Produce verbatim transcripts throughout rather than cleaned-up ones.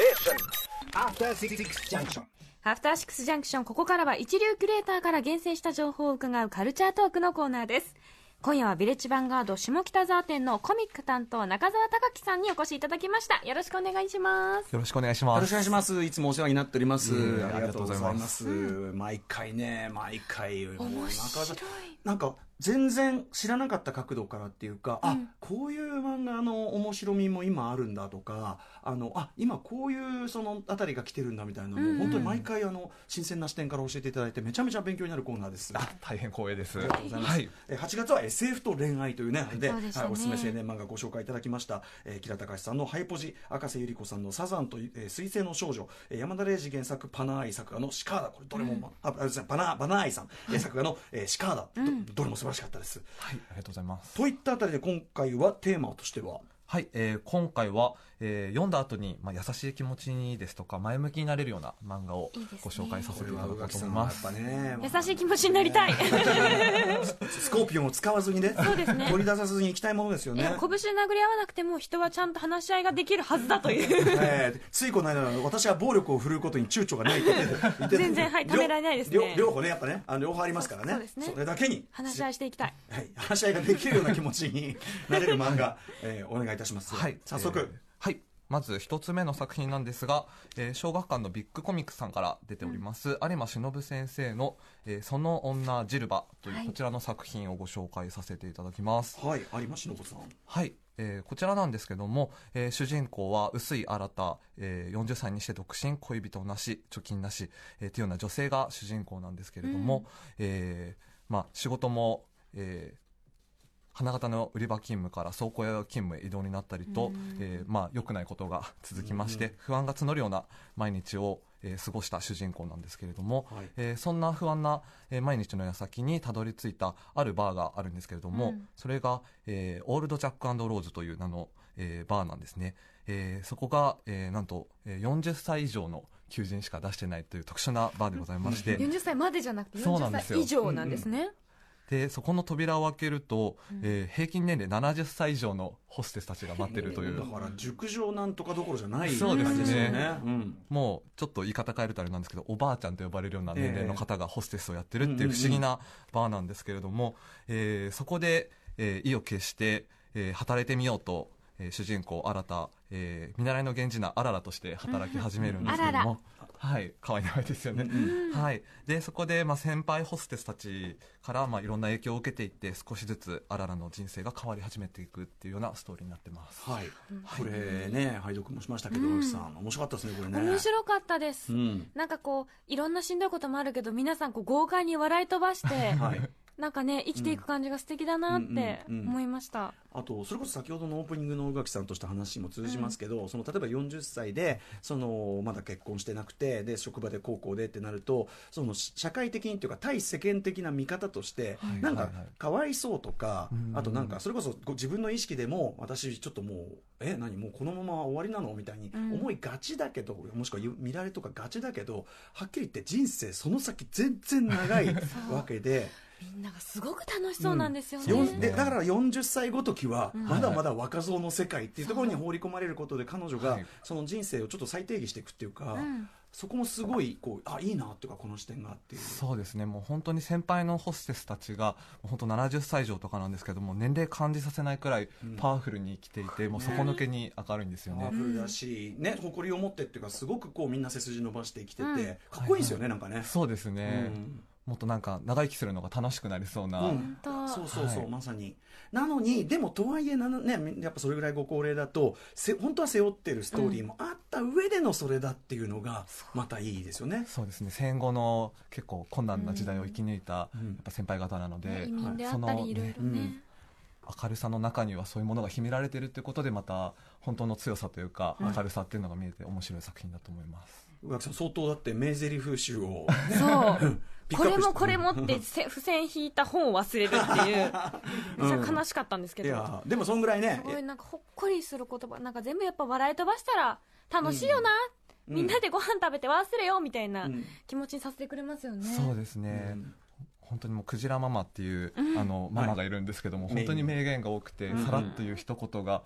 アフターシックスジャンクション。 アフターシックスジャンクション、ここからは一流クリエイターから厳選した情報を伺うカルチャートークのコーナーです。今夜はヴィレッジヴァンガード下北沢店のコミック担当中澤隆樹さんにお越しいただきました。よろしくお願いします。 よろしくお願いします。 よろしくお願いします。いつもお世話になっております。 ありがとうございます。 毎回ね、毎回面白い。 なんか全然知らなかった角度からっていうか、 うん、 あ、こういう漫画の面白みも今あるんだとか、あの、あ、今こういうそのあたりが来てるんだみたいなのも、うん、本当に毎回あの新鮮な視点から教えていただいてめちゃめちゃ勉強になるコーナーです。 あ、大変光栄です。 ありがとうございます。はい、えはちがつは エスエフ と恋愛というね、で、はい、おすすめ青年漫画ご紹介いただきました。えー、木田隆さんのハイポジ、赤瀬ゆり子さんのサザンと、えー、水星の少女、えー、山田礼二原作パナーアイ作画のシカーダ、これどれも、うん、あ、あパナーバナーアイさん、はい、作画の、えー、シカーダ、うん、ど, どれも素晴らしかったです。 はい、ありがとうございます。 といったあたりで今回はテーマとしては、 はい、えー、今回は、えー、読んだ後に、まあ、優しい気持ちにですとか前向きになれるような漫画をご紹介させていただこうと思います。 いいですね、 優しい気持ちになりたいスコーピオンを使わずにね、 そうですね、 取り出さずにいきたいものですよね。 拳殴り合わなくても人はちゃんと話し合いができるはずだという、 えー、ついこの間私は暴力を振るうことに躊躇がないって言って全然、はい、ためられないですね。 両方ね、やっぱね、あの両方ありますからね。 そ, そうですね、 それだけに話し合いしていきたい、 はい、話し合いができるような気持ちになれる漫画、えー、お願いいたします。 はい、 早速、 えー、はい、まず一つ目の作品なんですが、えー、小学館のビッグコミックさんから出ております、うん、有馬忍先生の、えー、その女ジルバというこちらの作品をご紹介させていただきます。 はい、有馬忍さん、 はい、えー、こちらなんですけども、えー、主人公は臼井新、えー、よんじゅっさいにして独身、恋人なし、貯金なし、えー、というような女性が主人公なんですけれども、うん、えーまあ、仕事も、えー花形の売り場勤務から倉庫屋勤務へ移動になったりと、えーまあ、良くないことが続きまして、不安が募るような毎日を、えー、過ごした主人公なんですけれども、はい、えー、そんな不安な、えー、毎日の矢先にたどり着いたあるバーがあるんですけれども、うん、それが、えー、オールドジャック&ローズという名の、えー、バーなんですね。えー、そこが、えー、なんと、えー、よんじゅっさい以上の求人しか出してないという特殊なバーでございまして、 よんじゅっさいまでじゃなくてよんじゅっさい以上なんですね。うんうん、 でそこの扉を開けると、うん、えー、平均年齢ななじゅっさい以上のホステスたちが待ってるという、 だから熟女なんとかどころじゃないそうですね、 感じですよね、うん、 もうちょっと言い方変えるとあれなんですけど、おばあちゃんと呼ばれるような年齢の方がホステスをやってるっていう不思議なバーなんですけれども、えー、そこで、えー、意を決して、えー、働いてみようと、えー、主人公新、えー、見習いの源氏名あららとして働き始めるんですけれども、はい、可愛い名前ですよね、うん、はい、でそこで、まあ、先輩ホステスたちから、まあ、いろんな影響を受けていって少しずつあららの人生が変わり始めていくっていうようなストーリーになってます。 はい、これね拝読もしましたけど、うん、さん面白かったですねこれね。 面白かったです、うん、なんかこういろんなしんどいこともあるけど皆さんこう豪快に笑い飛ばして、はい、なんかね生きていく感じが素敵だなって思いました、うんうんうんうん、 あとそれこそ先ほどのオープニングの宇垣さんとした話にも通じますけど、うん、その例えばよんじゅっさいでそのまだ結婚してなくてで職場で高校でってなるとその社会的にというか対世間的な見方として、はい、なんかかわいそうとか、はいはいはい、あとなんかそれこそ自分の意識でも私ちょっともうえ何もうこのまま終わりなのみたいに思いがちだけど、うん、もしくは見られとかがちだけどはっきり言って人生その先全然長いわけでみんながすごく楽しそうなんですよね、 うん、でだからよんじゅっさいごときはまだまだ若造の世界っていうところに放り込まれることで彼女がその人生をちょっと再定義していくっていうか、うん、そこもすごいこうあいいなっていうかこの視点があっていう。 そうですね、もう本当に先輩のホステスたちが本当ななじゅっさい以上とかなんですけども年齢感じさせないくらいパワフルに生きていて、うん、もう底抜けに明るいんですよね。 パワフルだし、ね、誇りを持ってっていうかすごくこうみんな背筋伸ばして生きてて、うん、かっこいいですよね、はいはい、なんかね。 そうですね、うん、もっとなんか長生きするのが楽しくなりそうな、うん、 そうそうそう、 はい、 まさになのにでもとはいえな、ね、やっぱそれぐらいご高齢だとせ本当は背負ってるストーリーもあった上でのそれだっていうのがまたいいですよね、 うん、そうですね、戦後の結構困難な時代を生き抜いた、うん、やっぱ先輩方なので、 移民であったりいろいろね、 明るさの中にはそういうものが秘められているということでまた本当の強さというか明るさっていうのが見えて面白い作品だと思います。 宇垣さん相当だって名台詞集をそうこれもこれもって付箋引いた本を忘れるっていうめっちゃ悲しかったんですけど、 いやでもそんぐらいねすごいなんかほっこりする言葉なんか全部やっぱ笑い飛ばしたら楽しいよな、うん、みんなでご飯食べて忘れようみたいな気持ちにさせてくれますよね、 うん、そうですね、うん本当にもうクジラママっていう、うん、あのママがいるんですけども、はい、本当に名言が多くて、うん、さらっという一言が、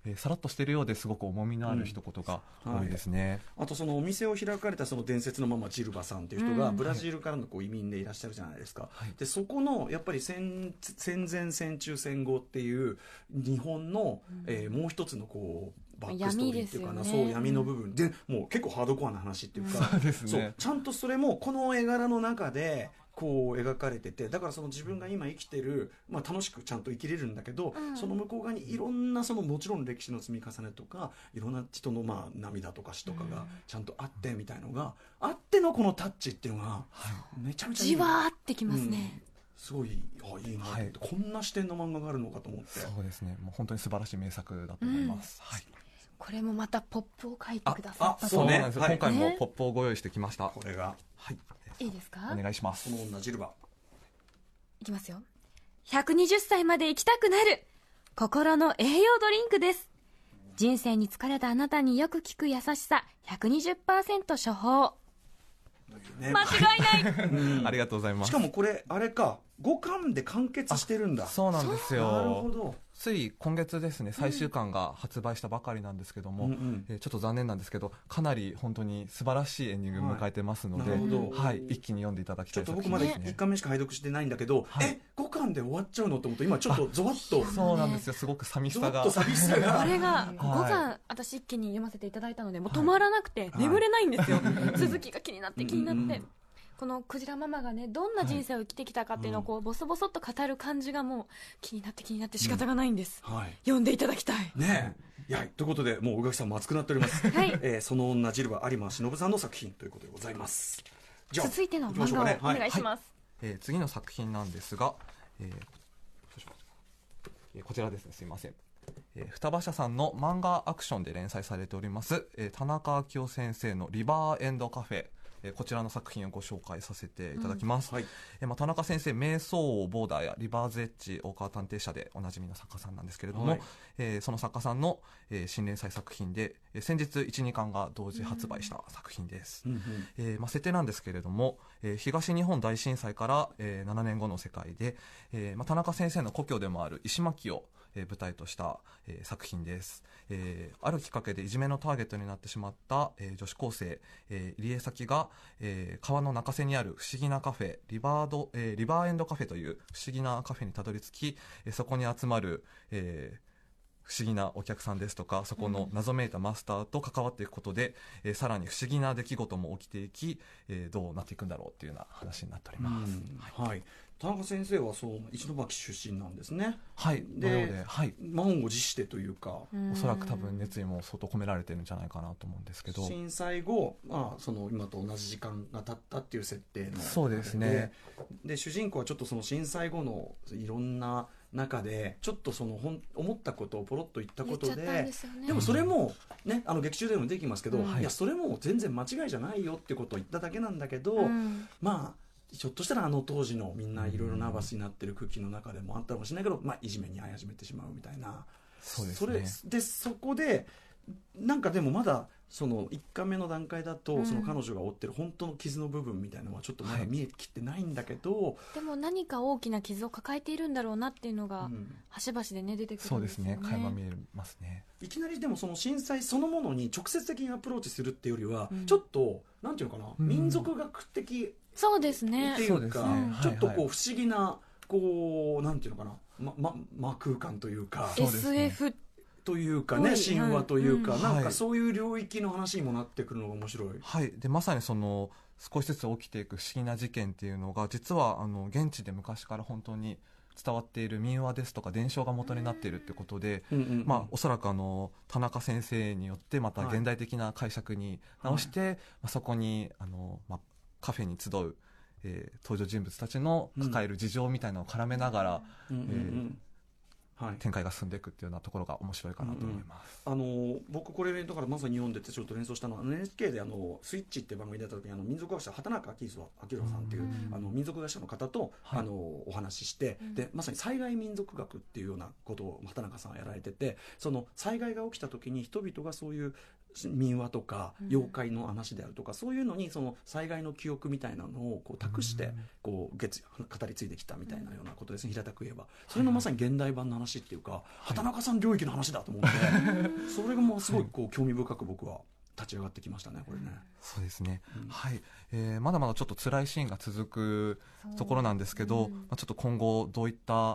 えーさらっとしているようですごく重みのある一言が多いですね、 うんはい、あとそのお店を開かれたその伝説のママジルバさんっていう人がうんブラジルからのこう移民でいらっしゃるじゃないですか、 はい、 でそこのやっぱり戦戦前戦中戦後っていう日本の、うんえー、もう一つのこうバックストーリーっていうかな、ね、そう闇の部分でもう結構ハードコアな話っていうか、 そうですね、 そうちゃんとそれもこの絵柄の中でこう描かれてて、だからその自分が今生きてる、まあ、楽しくちゃんと生きれるんだけど、うん、その向こう側にいろんなそのもちろん歴史の積み重ねとかいろんな人のまあ涙とか死とかがちゃんとあってみたいのがあってのこのタッチっていうのがめちゃめちゃいい、 じわーってきますね、うん、 すごいあいいなと思って、はい、こんな視点の漫画があるのかと思って。 そうですね、もう本当に素晴らしい名作だと思います、うんはい、 これもまたポップを書いてくださったそうね、はい、今回もポップをご用意してきました、 これが、 はい、 いいですか、 お願いします。 この女ジルバいきますよ。ひゃくにじゅっさいまで生きたくなる心の栄養ドリンクです。人生に疲れたあなたによく効く優しさ ひゃくにじゅっパーセント 処方、ね、間違いない、 うん、ありがとうございます。 しかもこれあれかごかんで完結してるんだ。 そうなんですよ。 なるほど。 つい今月ですね最終巻が発売したばかりなんですけども、うんうんえー、ちょっと残念なんですけどかなり本当に素晴らしいエンディングを迎えてますので、はいはい、一気に読んでいただきたい作品ですね。ちょっと僕まだいっかんめしか拝読してないんだけど、はい、えごかんで終わっちゃうのと思って今ちょっとゾワッと。 そうなんですよ、すごく寂しさが。 ちょっと寂しさがこれがごかん私一気に読ませていただいたのでもう止まらなくて眠れないんですよ、はい、続きが気になって気になって、うんうんこのクジラママがねどんな人生を生きてきたかっていうのをこう、はい、ボソボソっと語る感じがもう気になって気になって仕方がないんです、うんはい、読んでいただきたいねえ。いやということでもう宇垣さんも熱くなっております、はいえー、その女ジルバ有馬忍さんの作品ということでございます。 じゃあ続いての漫画をお願いします、 はいはいえー、次の作品なんですが、えー、こちらですねすいませんえー、双葉社さんの漫画アクションで連載されております、えー、田中昭夫先生のリバーエンドカフェ、えー、こちらの作品をご紹介させていただきます、うんはいえーまあ、田中先生瞑想王ボーダーやリバーズエッジ大川探偵社でおなじみの作家さんなんですけれども、はいえー、その作家さんの、えー、新連載作品で、えー、先日 いち,に 巻が同時発売した作品です、うんうんえーまあ、設定なんですけれども、えー、東日本大震災から、えー、ななねんごの世界で、えーまあ、田中先生の故郷でもある石巻をえー、舞台とした、えー、作品です、えー、あるきっかけでいじめのターゲットになってしまった、えー、女子高生、えー、入江咲が、えー、川の中州にある不思議なカフェリバード、えー、リバーエンドカフェという不思議なカフェにたどり着き、えー、そこに集まる、えー不思議なお客さんですとかそこの謎めいたマスターと関わっていくことで、うんえー、さらに不思議な出来事も起きていき、えー、どうなっていくんだろうっていうような話になっております、うんはいはい、田中先生はそう石巻出身なんですね。 はいで、ではい、 満を持してというかおそらく多分熱意も相当込められてるんじゃないかなと思うんですけど震災後、まあ、その今と同じ時間が経ったっていう設定のそうですねで主人公はちょっとその震災後のいろんな中でちょっとそのほん思ったことをポロッと言ったこと で, で, でもそれも、ね、あの劇中でも出てきますけど、うん、いやそれも全然間違いじゃないよってことを言っただけなんだけど、うん、まあひょっとしたらあの当時のみんないろいろナーバスになってる空気の中でもあったかもしれないけど、まあ、いじめに遭い始めてしまうみたいなそうですね。 それでそこでなんかでもまだそのいっかんめの段階だと、うん、その彼女が負ってる本当の傷の部分みたいなのはちょっとまだ見えきってないんだけど、はい、 でも何か大きな傷を抱えているんだろうなっていうのが、うん、端々でね出てくるんですよね。 そうですね垣間見えますね。 いきなりでもその震災そのものに直接的にアプローチするっていうよりは、うん、ちょっとなんていうのかな、うん、民族学的そうですねっていうか、ね、ちょっとこう不思議なこうなんていうのかな、ままま空間というかエスエフというかね神話というか、うん、なんかそういう領域の話にもなってくるのが面白い、 はい、でまさにその少しずつ起きていく不思議な事件っていうのが実はあの現地で昔から本当に伝わっている民話ですとか伝承が元になっているってことで、うんうんうんまあ、おそらくあの田中先生によってまた現代的な解釈に直して、はいまあ、そこにあの、まあ、カフェに集う、えー、登場人物たちの抱える事情みたいなのを絡めながら、うんえーうんうんうんはい、展開が進んでいくっていうようなところが面白いかなと思います、 うんうん、あの僕これだからまさに読んでてちょっと連想したのは エヌエイチケー であのスイッチっていう番組に出た時にあの民族学者畑中明宏さんっていう、うん、あの民族学者の方と、はい、あのお話しして、うん、でまさに災害民族学っていうようなことを畑中さんはやられててその災害が起きた時に人々がそういう民話とか妖怪の話であるとか、うん、そういうのにその災害の記憶みたいなのをこう託してこう月語り継いできたみたいなようなことですね、平たく言えばそれのまさに現代版の話っていうか、はい、畑中さん領域の話だと思って、はい、それがもうすごいこう興味深く僕は立ち上がってきましたねこれね。 そうですね、うん、はい、えー、まだまだちょっと辛いシーンが続くところなんですけど、うん、まあ、ちょっと今後どういった、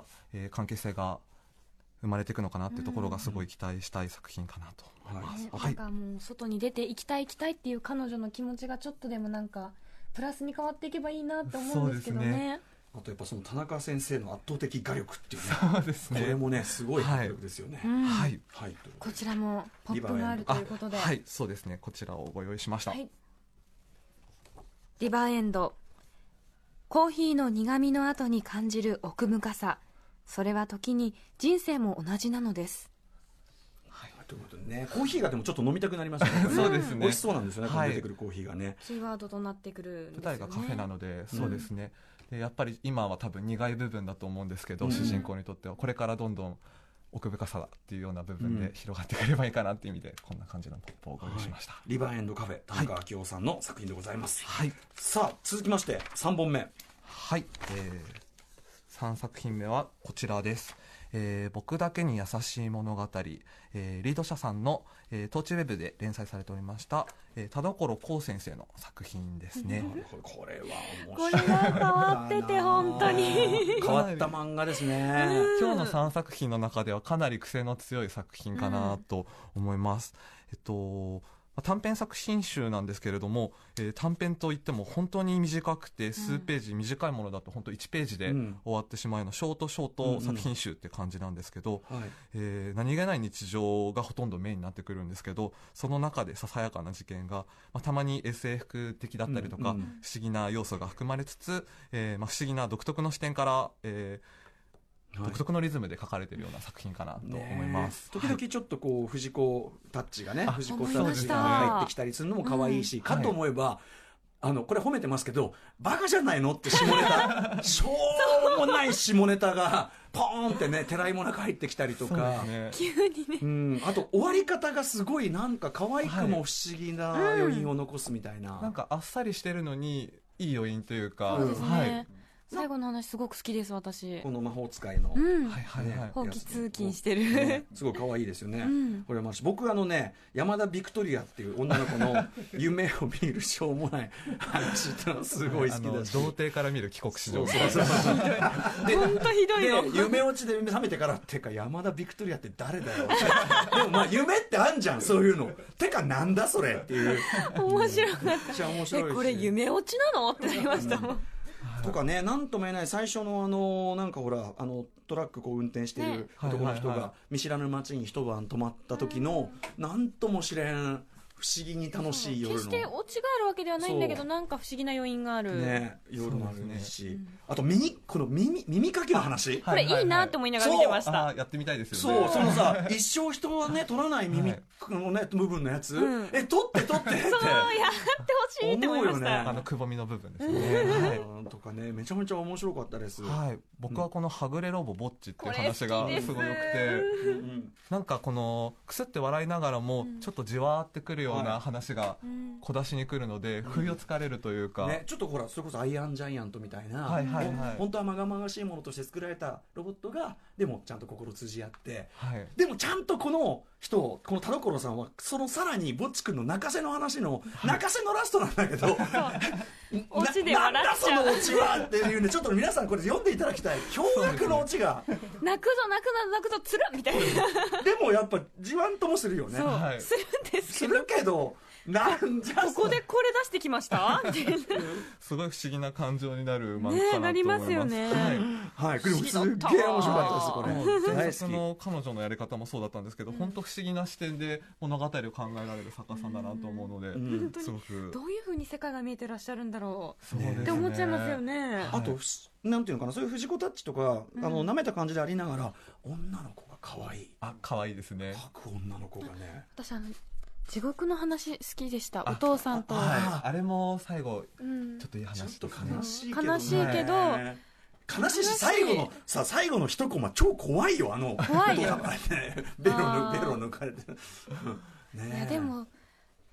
えー、関係性が生まれていくのかなっていうところがすごい期待したい作品かなと思います、 うん、はい、なんかもう外に出て行きたい行きたいっていう彼女の気持ちがちょっとでもなんかプラスに変わっていけばいいなって思うんですけど ね, ねあとやっぱその田中先生の圧倒的画力っていうね、 そうですね、 これもねすごい迫力ですよね、 はい、うん、はい、 はい、 こちらもポップがあるということで、 はい、そうですね、こちらをご用意しました、はい、 リバーエンド。コーヒーの苦みの後に感じる奥深さ、それは時に人生も同じなのです。 はい、ということでね、コーヒーがでもちょっと飲みたくなりましたね。 そうですね。 美味しそうなんですよね、はい、出てくるコーヒーがね。 キーワードとなってくるんですよね。 舞台がカフェなので、そうですね。うん、でやっぱり今は多分苦い部分だと思うんですけど、うん、主人公にとってはこれからどんどん奥深さっていうような部分で広がってくればいいかなっていう意味で、こんな感じのポップをご用意しました、はい、 リバーエンドカフェ田中昭夫さんの作品でございます、 はい、 さあ続きましてさんぼんめ、 はい、えー、さんさく品目はこちらです、えー、僕だけに優しい物語、えー、リード社さんの、えー、トーチウェブで連載されておりました、えー、田所光先生の作品ですね。 これは面白い、 これは変わってて本当に変わった漫画ですね。 今日のさんさく品の中ではかなり癖の強い作品かなと思います、うん、えっと短編作品集なんですけれども、えー、短編といっても本当に短くて数ページ、うん、短いものだと本当いちページで終わってしまうようなショートショート作品集って感じなんですけど、うんうん、えー、何気ない日常がほとんどメインになってくるんですけど、その中でささやかな事件が、まあ、たまに エスエフ 的だったりとか、うんうん、不思議な要素が含まれつつ、えーまあ、不思議な独特の視点から、えー独特のリズムで書かれているような作品かなと思います、 ね、時々ちょっとこう藤子タッチがね、藤子タッチが入ってきたりするのも可愛いし、うん、かと思えば、はい、あのこれ褒めてますけどバカじゃないのって下ネタしょうもない下ネタがポーンってねてらいもなく入ってきたりとか、 ね、急にね、 うん、あと終わり方がすごいなんか可愛くも不思議な余韻を残すみたいな、 はい、うん、なんかあっさりしてるのにいい余韻というか、 そうですね、はい、最後の話すごく好きです私。 この魔法使いの、 うん、はいはいはい、放棄通勤してる、ね、 すごい可愛いですよね、うん、これは僕あのね山田ビクトリアっていう女の子の夢を見るしょうもない話ってのはすごい好きだし、 童貞から見る帰国子女、 本当ひどいので夢落ちで覚めてからてか山田ビクトリアって誰だよでもまあ夢ってあんじゃんそういうのてかなんだそれっていう面白かった、 めっちゃ面白いし、 えこれ夢落ちなのってなりましたもん、うんとかね、なんとも言えない最初のあのなんかほらあのトラックこう運転している男の人が見知らぬ街に一晩泊まった時のなんとも知れん不思議に楽しい夜の、 決してオチがあるわけではないんだけどなんか不思議な余韻がある、 ね、夜もあるし、ね、うん、あと耳この耳耳かきの話、 これいいなって思いながら見てました。 あやってみたいですよね。 そうそのさ一生人はね取らない耳のね部分のやつ、うん、え取って取ってってそうやってほしいって思いました、 ね、あのくぼみの部分ですね、 はい、とかねめちゃめちゃ面白かったです、 はい、僕はこのはぐれロボぼっちっていう話がすごい良くて、うん、なんかこのくすって笑いながらもちょっとじわーってくるような話が小出しに来るので不意をつかれるというか、 ね、ちょっとほらそれこそアイアンジャイアントみたいな、 はいはいはい、 本当はまがまがしいものとして作られたロボットがでもちゃんと心通じ合って、 はい、 でもちゃんとこの人この田所さんはそのさらにぼっちくんの泣かせの話の、はい、泣かせのラストなんだけどオチで笑っちゃうなんだそのオチはっていうねちょっと皆さんこれ読んでいただきたい驚愕のオチが、 ね、泣くぞ泣くぞ泣くぞつるみたいなでもやっぱじわんともするよね。 そう、はい、するんですけどするけどなんじゃここでこれ出してきましたすごい不思議な感情になる漫画かなと思います、ね、 なりますよね、 はい、はい、でもすっげえ面白かったですこれ。 前作の彼女のやり方もそうだったんですけど、うん、本当不思議な視点で物語を考えられる作家さんだなと思うので、うん、すごくどういう風に世界が見えてらっしゃるんだろう、 ね、 って思っちゃいますよね、 はい、あとなんていうのかなそういう藤子タッチとか、うん、あの舐めた感じでありながら女の子が可愛い、 あ可愛いですね、 描く女の子がね、 私あの地獄の話好きでした。お父さんとあ,、はい、あれも最後、うん、ちょっといい話ですね。 ちょっと悲しいけど、ね、 悲しいけど悲しいし最後のさ最後の一コマ超怖いよあの怖いよベロ抜ベロ抜かれてね、いやでも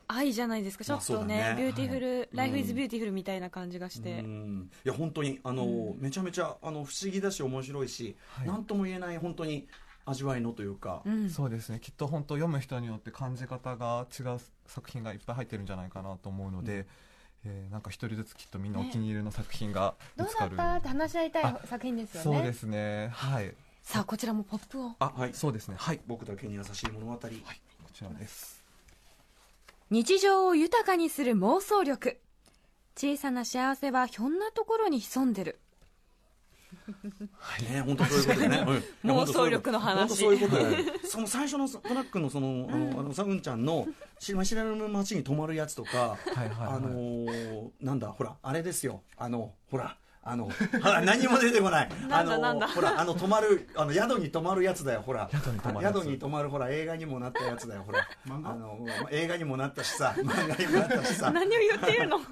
愛じゃないですか。ちょっとね、 まあそうだねビューティフル、 はいライフイズビューティフルみたいな感じがして、 うんいや本当にあの、 うんめちゃめちゃあの不思議だし面白いし、 はいなんとも言えない本当に味わいのというか、 うんそうですね、きっと本当読む人によって感じ方が違う作品がいっぱい入ってるんじゃないかなと思うので、 うんえーなんか一人ずつきっとみんなお気に入りの作品がどう見つかる、 だったって話し合いたい作品ですよね。 そうですね、はいさあこちらもポップを。 あ、 はいそうですね、はい、 僕だけに優しい物語、 こちらです。 日常を豊かにする妄想力。小さな幸せはひょんなところに潜んでる。 ね、本当そういうことでね、うん妄想力の話本当そういうことで、その最初のトラックのその、あの、あのさうんちゃんの知ら知らぬ街に泊まるやつとか、 はいはいはいあのーなんだほらあれですよ、あのほら。あのは何も出てこない。 なんだなんだあのほらあの泊まるあの宿に泊まるやつだよ。ほら宿に泊まるやつ宿に泊まるほら映画にもなったやつだよ。ほらあの映画にもなったしさ、漫画にもなったしさ。 何を言っているのもう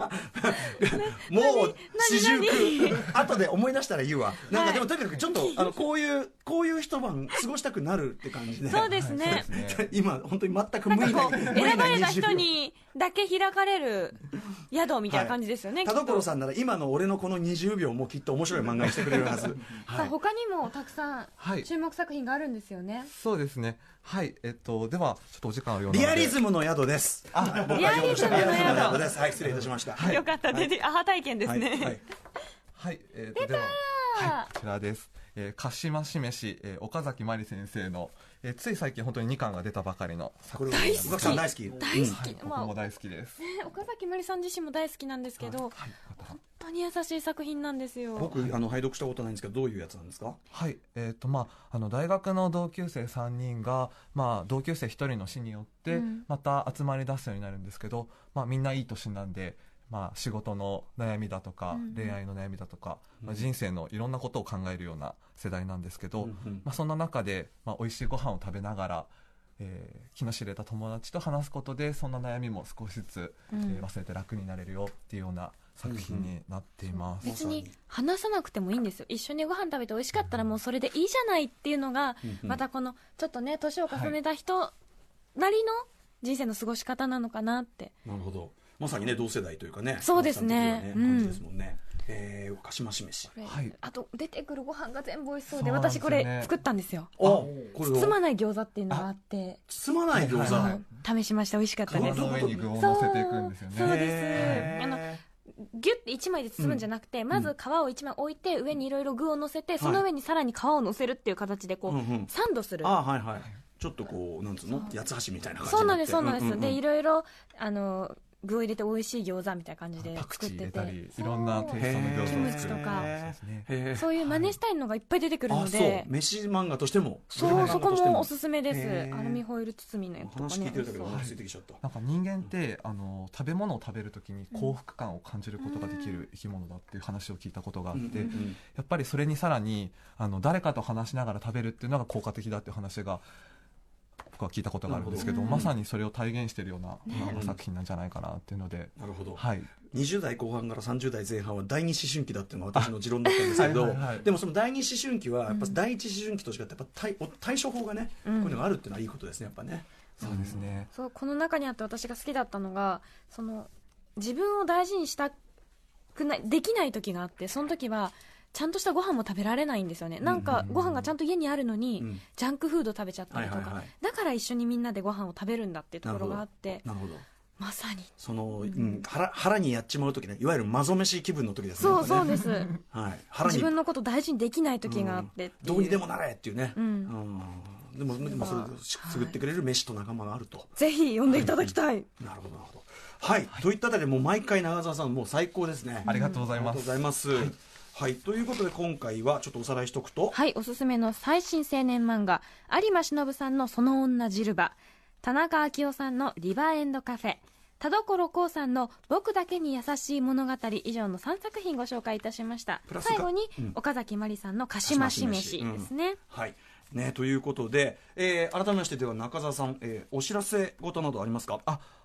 四十九後で思い出したら言うわ。なんかでもとにかくちょっとあのこういうこういう一晩過ごしたくなるって感じで。 そうですね、 はいそうですね今本当に全くなん無理なかこう選無理なばれたにじゅう人にだけ開かれる宿みたいな感じですよね、 田きっと所さんなら今の俺のこのにじゅうびょうもきっと面白い漫画にしてくれるはず。 さあはい他にもたくさんはい注目作品があるんですよね。 そうですね、はい、えっとではちょっとお時間あるようなので、 リアリズムの宿です。あ、僕が用意したリアリズムの宿です。はい、失礼いたしました。はいよかった、出てアハ体験ですね、 はいはいはい、えーとでは、はい、こちらです。えー、かしまし飯、えー、岡崎まり先生の、えー、つい最近本当ににかんが出たばかりの作これ品大好き。さん大好き。 大好き、 はい、僕も大好きです。 ね、岡崎まりさん自身も大好きなんですけど、 はい、 本当に優しい作品なんですよ。 僕あの拝読したことないんですけど、どういうやつなんですか。 はい、えーとまあ、あの大学の同級生さんにんが、まあ、同級生ひとりの死によってうんまた集まり出すようになるんですけど、まあ、みんないい年なんで、まあ、仕事の悩みだとか、 うん恋愛の悩みだとか、 うんまあ、人生のいろんなことを考えるような世代なんですけど、 うんうんまあ、そんな中で、まあ、美味しいご飯を食べながら、えー気の知れた友達と話すことでそんな悩みも少しずつ、 うんえー忘れて楽になれるよっていうような作品になっています。 別に話さなくてもいいんですよ。一緒にご飯食べて美味しかったらもうそれでいいじゃないっていうのが、 うんうんまたこのちょっとね年を重ねた人なりの人生の過ごし方なのかなって。 なるほど。まさにね同世代というかね。 そうですね奥さん的にはね感じですもんね。えー、かしまし飯。 これはいあと出てくるご飯が全部美味しそうで、 そうなんです私こよねれ作ったんですよ。 あ、これ包まをない餃子っていうのがあって、 包まない餃子。 はいはいあの試しました。美味しかった皮です。 の上に具を乗せていくんですよね。 そうですへーあのギュッていちまいで包むんじゃなくて、まず皮をいちまい置いて上にいろいろ具を乗せて、その上にさらに皮を乗せるっていう形でこう、 うんうんサンドする。 あ、はいはい。ちょっとこうなんつうの八つ橋みたいな感じそうなんですそうなんです、 になってでいろいろあの具を入れて美味しい餃子みたいな感じでパクチー作ってて、 入れたりいろんなテイストの餃子を作るキムチとかそうですね。 へーそういう真似したいのがいっぱい出てくるのあ、そうで、 飯漫画としてもそうそこもおすすめです。 へーアルミホイル包みのやつとかね話聞いてるだけでお腹空いてきちゃった。 なんか人間ってあの食べ物を食べるときに幸福感を感じることができる生き物だっていう話を聞いたことがあって、 うんうんうんやっぱりそれにさらにあの誰かと話しながら食べるっていうのが効果的だっていう話が僕は聞いたことがあるんですけど、 なるほどまさにそれを体現しているような漫画作品なんじゃないかなっていうので、 なるほど。 はい、 にじゅう代後半からさんじゅう代前半は第二思春期だっていうのが私の持論だったんですけど、 はいはいはいでもその第二思春期はやっぱ第一思春期と違ってやっぱ対対処法がね、 うんこういうのがあるっていうのはいいことですねやっぱね。 そうですね。 そうこの中にあって私が好きだったのが、その自分を大事にしたくないできない時があって、その時はちゃんとしたご飯も食べられないんですよね。なんかご飯がちゃんと家にあるのに、 うんジャンクフード食べちゃったりとか、 はいはいはいだから一緒にみんなでご飯を食べるんだっていうところがあって、 なるほど。 まさにその、うん、腹腹にやっちまう時ね、いわゆるマゾ飯気分の時ですね。 そうやっぱねそうですはい。腹に自分のこと大事にできない時があってっていう、 どうにでもなれっていうね。 うんうんでもでもそれを作ってくれる飯と仲間があると。 ぜひ読んでいただきたい、 なるほどなるほど。はい。といったあたりでもう毎回長澤さんもう最高ですね。 ありがとうございありがとうます。 ございます。はい、ということで今回はちょっとおさらいしとくと、 はい、おすすめの最新青年漫画、有馬忍さんのその女ジルバ、田中昭夫さんのリバーエンドカフェ、田所光さんの僕だけに優しい物語、以上のさんさく品ご紹介いたしました。 プラスが最後に、 うん岡崎まりさんのかしまし飯ですね、 はいね、ということで、えー改めましてでは中澤さん、えーお知らせ事などありますか。 あ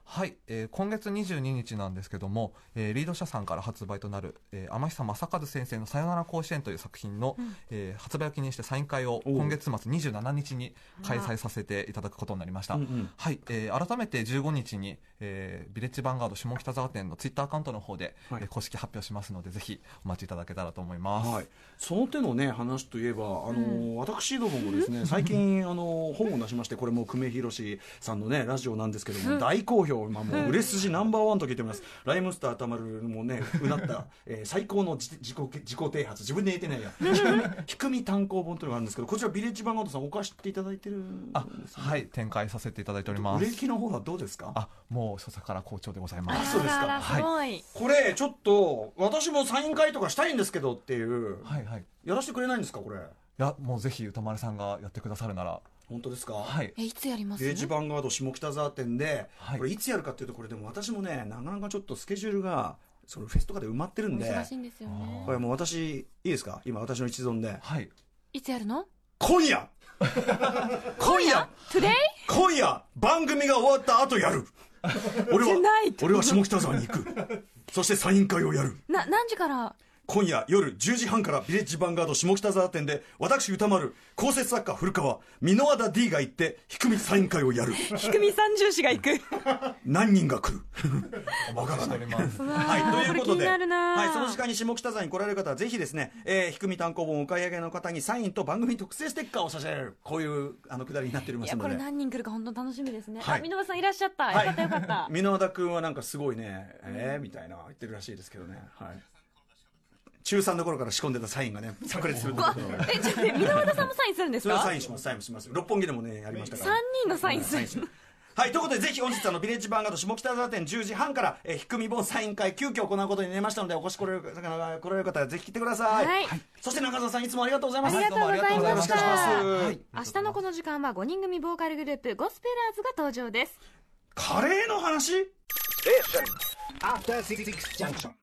はい、えー今月にじゅうににちなんですけども、えーリード社さんから発売となる、えー天久正和先生のさよなら甲子園という作品の、 うんえー発売を記念してサイン会をおう今月末にじゅうしちにちに開催させていただくことになりました。 うんうんはい、えー改めてじゅうごにちに、えービレッジヴァンガード下北沢店のツイッターアカウントの方で、 はいえー公式発表しますので、ぜひお待ちいただけたらと思います。 はい、その手のね話といえば、あのー私どももですね最近あのー本を出しまして、これも久米宏さんのねラジオなんですけども、大好評、まあ、もう売れ筋ナンバーワンと聞いております。ライムスターたまるもねうなった、えー最高の自自己自己啓発、自分で言えてないやひくみ単行本というのがあるんですけど、こちらビレッジヴァンガードさんお貸していただいてるんあですね。 はい展開させていただいております。 売れ行きの方はどうですか？ あもう所作から好調でございあます。 そうですかららすごい、 これちょっと私もサイン会とかしたいんですけどっていう、 はいはい、いやらせてくれないんですかこれ？ やもうぜひ歌丸さんがやってくださるなら、 本当ですか？ はいえいつやります？ ビレッジヴァンガード下北沢店で、 はいこれいつやるかっていうと、これでも私もねなかなかちょっとスケジュールがそのフェスとかで埋まってるんで、 忙しいんですよね。 これもう私いいですか、今私の一存ではいいつやるの？ 今夜今夜 Today？ 今夜番組が終わった後やる俺は Tonight 俺は下北沢に行くそしてサイン会をやる。 な何時から？ 今夜夜じゅうじはんからビレッジヴァンガード下北沢店で、私歌丸、考説作家古川、箕輪田 D が行ってひくみサイン会をやる。 ひくみ三重士が行く。 何人が来るわからない。 お待ちしております。 はい、ということで、 これ気になるな。 はい、その時間に下北沢に来られる方はぜひですね、えー、ひくみ単行本お買い上げの方にサインと番組特製ステッカーを差し上げる、こういうあのくだりになっておりまいやこれすので。 何人来るか本当楽しみですね。 はいあ、箕輪さんいらっしゃった。よはいかったよかった。 箕輪田君はなんかすごいね、えー、みたいな言ってるらしいですけどね。はい。中さんの頃から仕込んでたサインがね炸裂するんだけど、 えちょっとね箕輪田さんもサインするんですそれはか？ サインしますサインします六本木でもねやりましたから、 三人のサインする。 はいということで、ぜひ本日あのビレッジヴァンガード下北沢店じゅうじはんから、えー、ひくみ本サイン会急遽行うことになりましたので、お越し来られる方が来られる方はぜひ来てください。 はいそして中澤さんいつもありがとうございます。 ありがとうございましたどうもありがとうございました。 はい明日のこの時間はごにん組ボーカルグループゴスペラーズが登場です。 カレーの話？ After Six Junction.